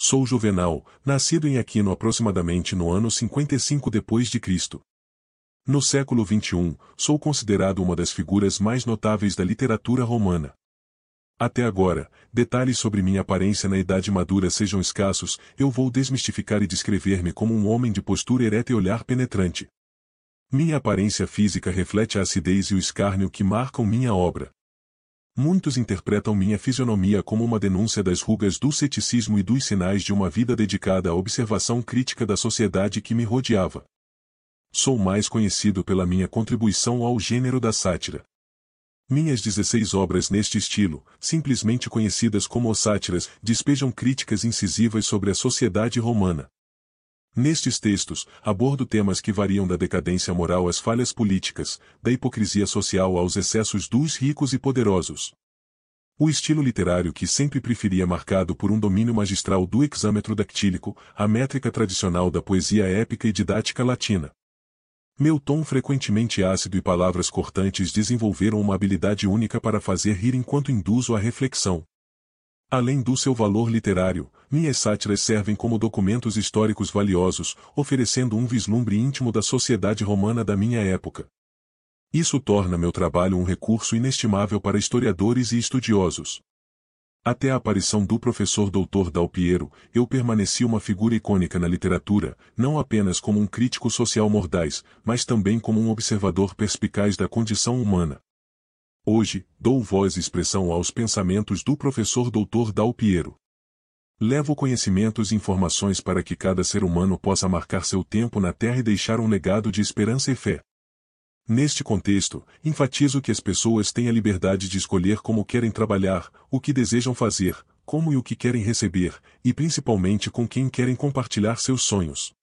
Sou Juvenal, nascido em Aquino aproximadamente no ano 55 depois de Cristo. No século XXI, sou considerado uma das figuras mais notáveis da literatura romana. Até agora, detalhes sobre minha aparência na idade madura sejam escassos, eu vou desmistificar e descrever-me como um homem de postura ereta e olhar penetrante. Minha aparência física reflete a acidez e o escárnio que marcam minha obra. Muitos interpretam minha fisionomia como uma denúncia das rugas do ceticismo e dos sinais de uma vida dedicada à observação crítica da sociedade que me rodeava. Sou mais conhecido pela minha contribuição ao gênero da sátira. Minhas 16 obras neste estilo, simplesmente conhecidas como sátiras, despejam críticas incisivas sobre a sociedade romana. Nestes textos, abordo temas que variam da decadência moral às falhas políticas, da hipocrisia social aos excessos dos ricos e poderosos. O estilo literário que sempre preferi é marcado por um domínio magistral do hexâmetro dactílico, a métrica tradicional da poesia épica e didática latina. Meu tom frequentemente ácido e palavras cortantes desenvolveram uma habilidade única para fazer rir enquanto induzo à reflexão. Além do seu valor literário, minhas sátiras servem como documentos históricos valiosos, oferecendo um vislumbre íntimo da sociedade romana da minha época. Isso torna meu trabalho um recurso inestimável para historiadores e estudiosos. Até a aparição do professor Dr. Dal Piero, eu permaneci uma figura icônica na literatura, não apenas como um crítico social mordaz, mas também como um observador perspicaz da condição humana. Hoje, dou voz e expressão aos pensamentos do professor Dr. Dal Piero. Levo conhecimentos e informações para que cada ser humano possa marcar seu tempo na Terra e deixar um legado de esperança e fé. Neste contexto, enfatizo que as pessoas têm a liberdade de escolher como querem trabalhar, o que desejam fazer, como e o que querem receber, e principalmente com quem querem compartilhar seus sonhos.